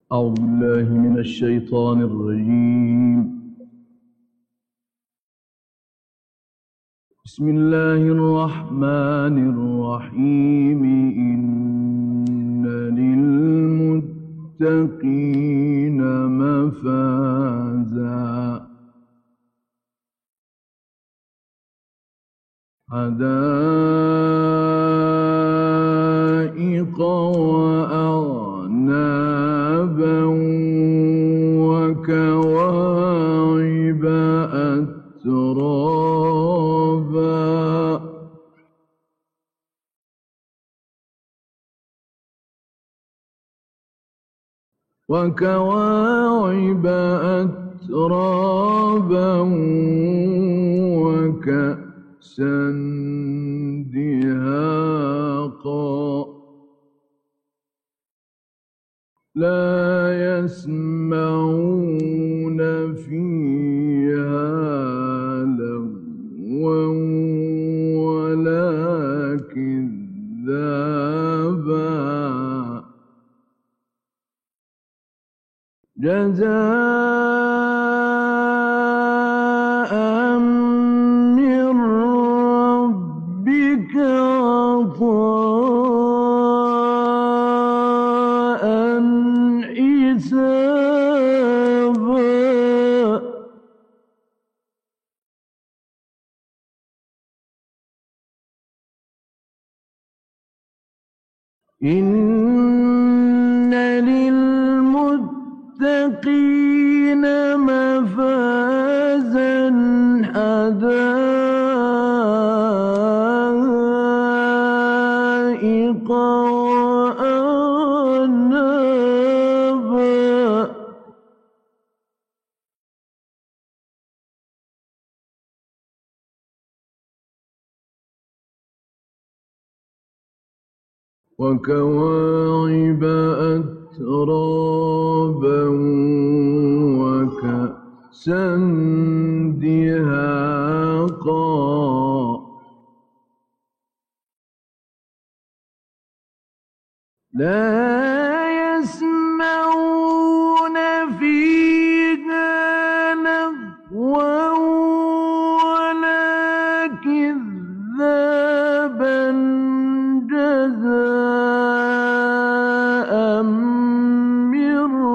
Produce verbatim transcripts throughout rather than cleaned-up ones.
أعوذ بالله من الشيطان الرجيم. بسم الله الرحمن الرحيم. إن للمتقين مفازا حدائق وأعنابا وكواعب أترابا وكواعب أترابا وكأسا دهاقا لا يسمعون فيها لغوا ولا كذابا جزاء من ربك عطاء حسابا إن للمتقين مفازا حدائق وأعنابا وكواعب أترابا وكأسا دهاقا لا يسمعون فيها لغوا ولا كذابا جزاء من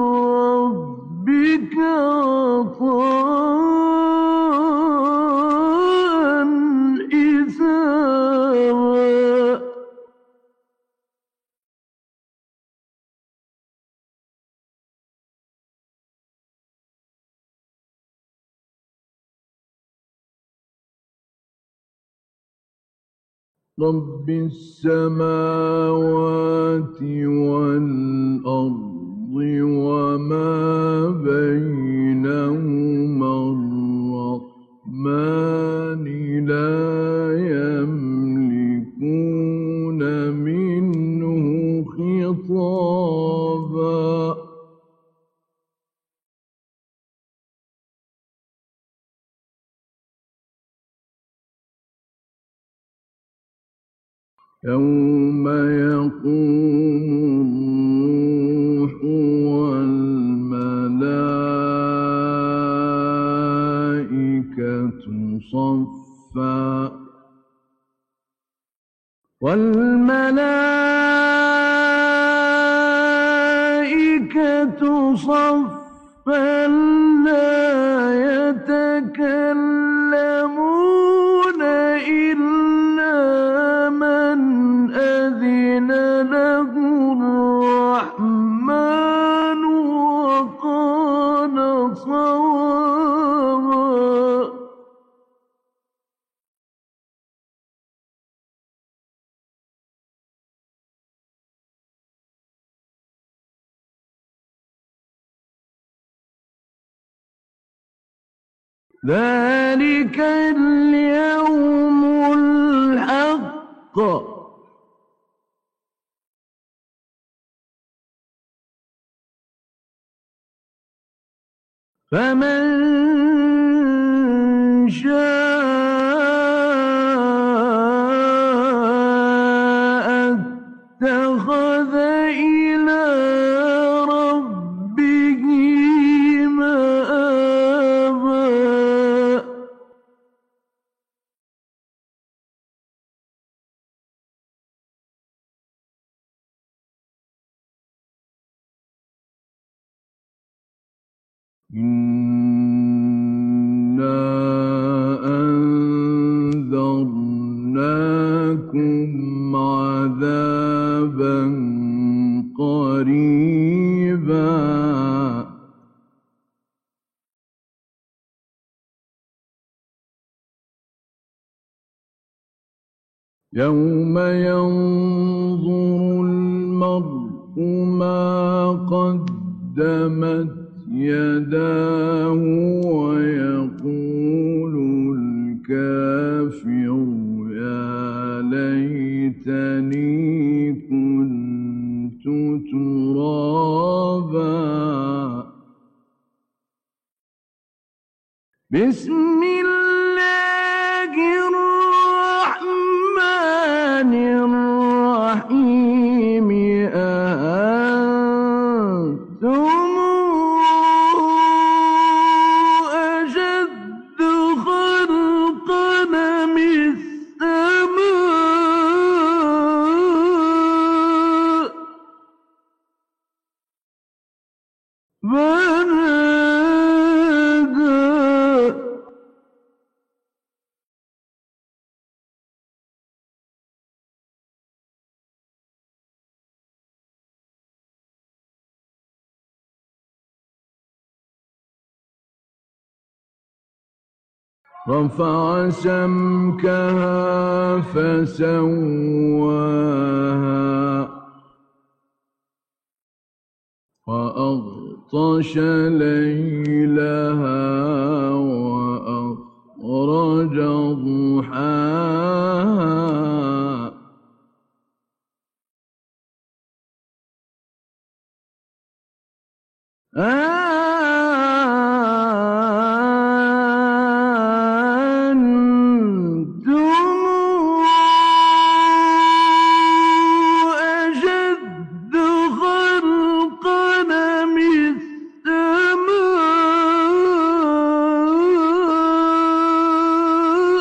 ربك عطاء حسابا رب السماوات والأرض وما بينهما الرحمن لا يملكون منه خطابا يوم يقوم الروح والملائكة صفا والملائكة صفا لا يتكلمون إلا من أذن له الرحمن وقال صوابا ذلك اليوم الحق فمن شاء اتخذ إلى ربه إنا أنذرناكم عذابا قريبا يوم ينظر المرء ما قدمت يداه ويقول الكافر يا ليتني كنت ترابا. بسم الله الرحمن الرحيم أأنتم أشد خلقا أم السماء بناها رفع سمكها فسواها وأغطش ليلها وأخرج ضحاها أأنتم أشد خلقا أم السماء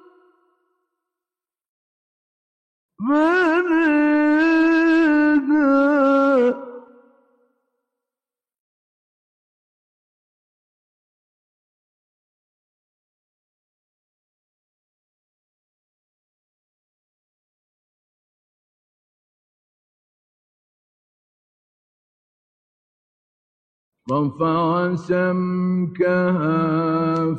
بناها رفع سمكها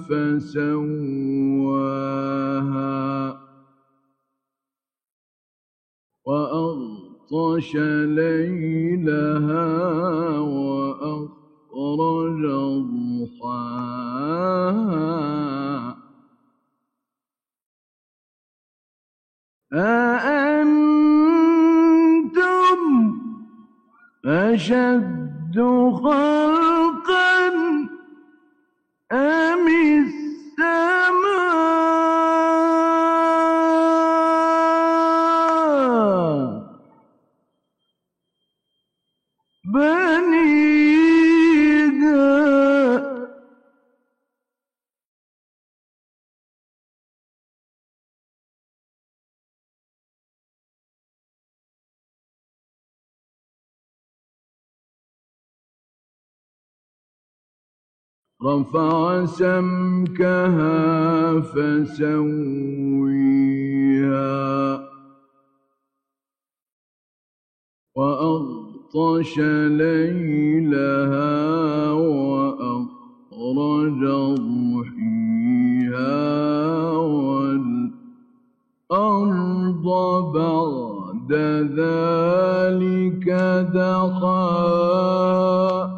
فسواها وأغطش ليلها وأخرج ضحاها أأنتم أشد خلقا أم السماء بنيها رفع سمكها فسويها وأغطش ليلها وأخرج ضحيها والأرض بعد ذلك دحاها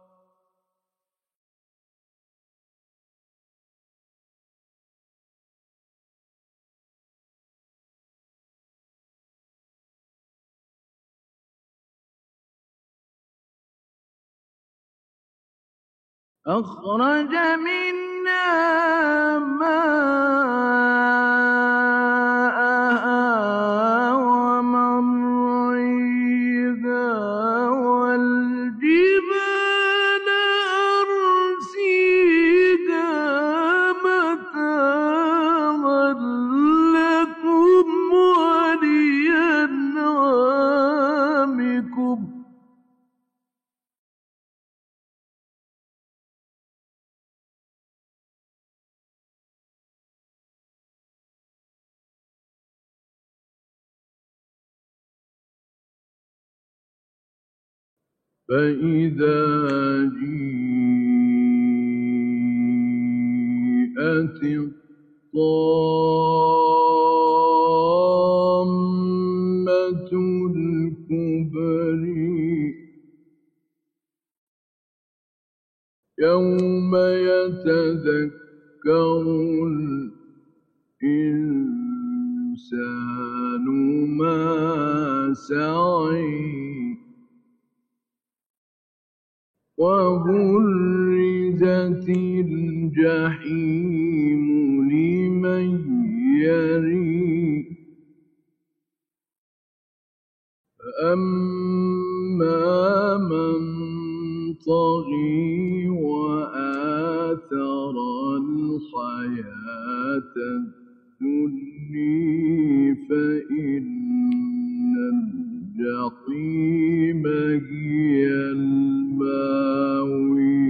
أخرج منها ماءها ومرعيها والجبال أرسيها متاعا لكم ولأنعامكم فإذا جيءت الطامة الكبرى يوم يتذكر الإنسان ما سعى وبرزت الجحيم لمن يرى فأما من طغى وآثر الحياة الدنيا فإن الجحيم هي المأوى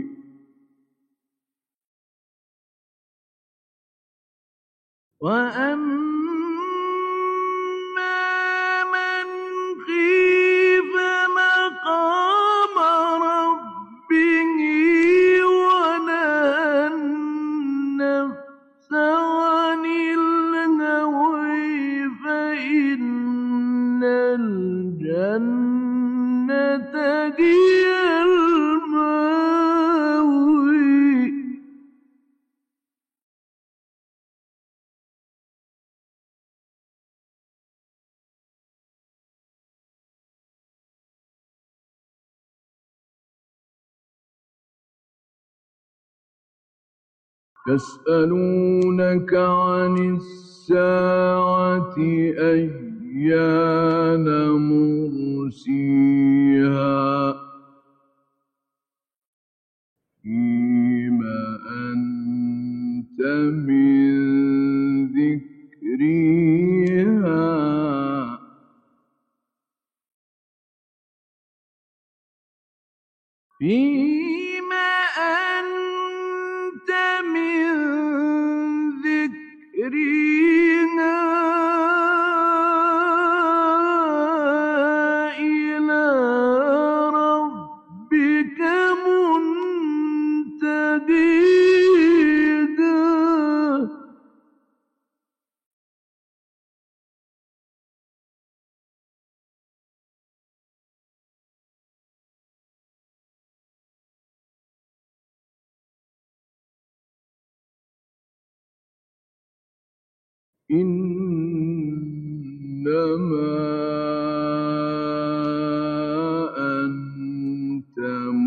وأما من خاف مقام ربه ونهى النفس عن الهوى فإن الجنة هي المأوى يسألونك عن الساعة أيان مرسيها فيما أنت من ذكرها فيما أنت من ذكرها إلى ربك منتهيها إنما أنت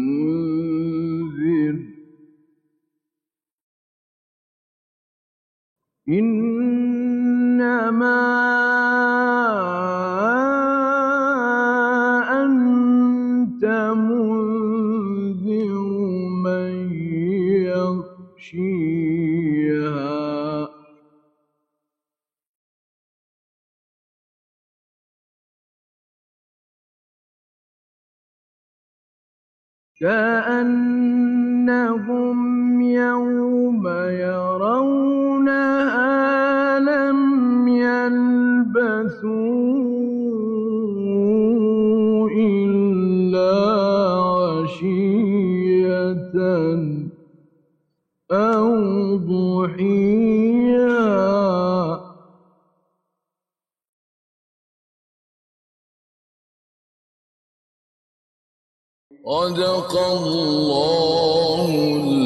منذر إنما أنت منذر من يخشيها كأنهم يوم يرونها لم يلبثوا إلا عشية أو ضحيها صدق الله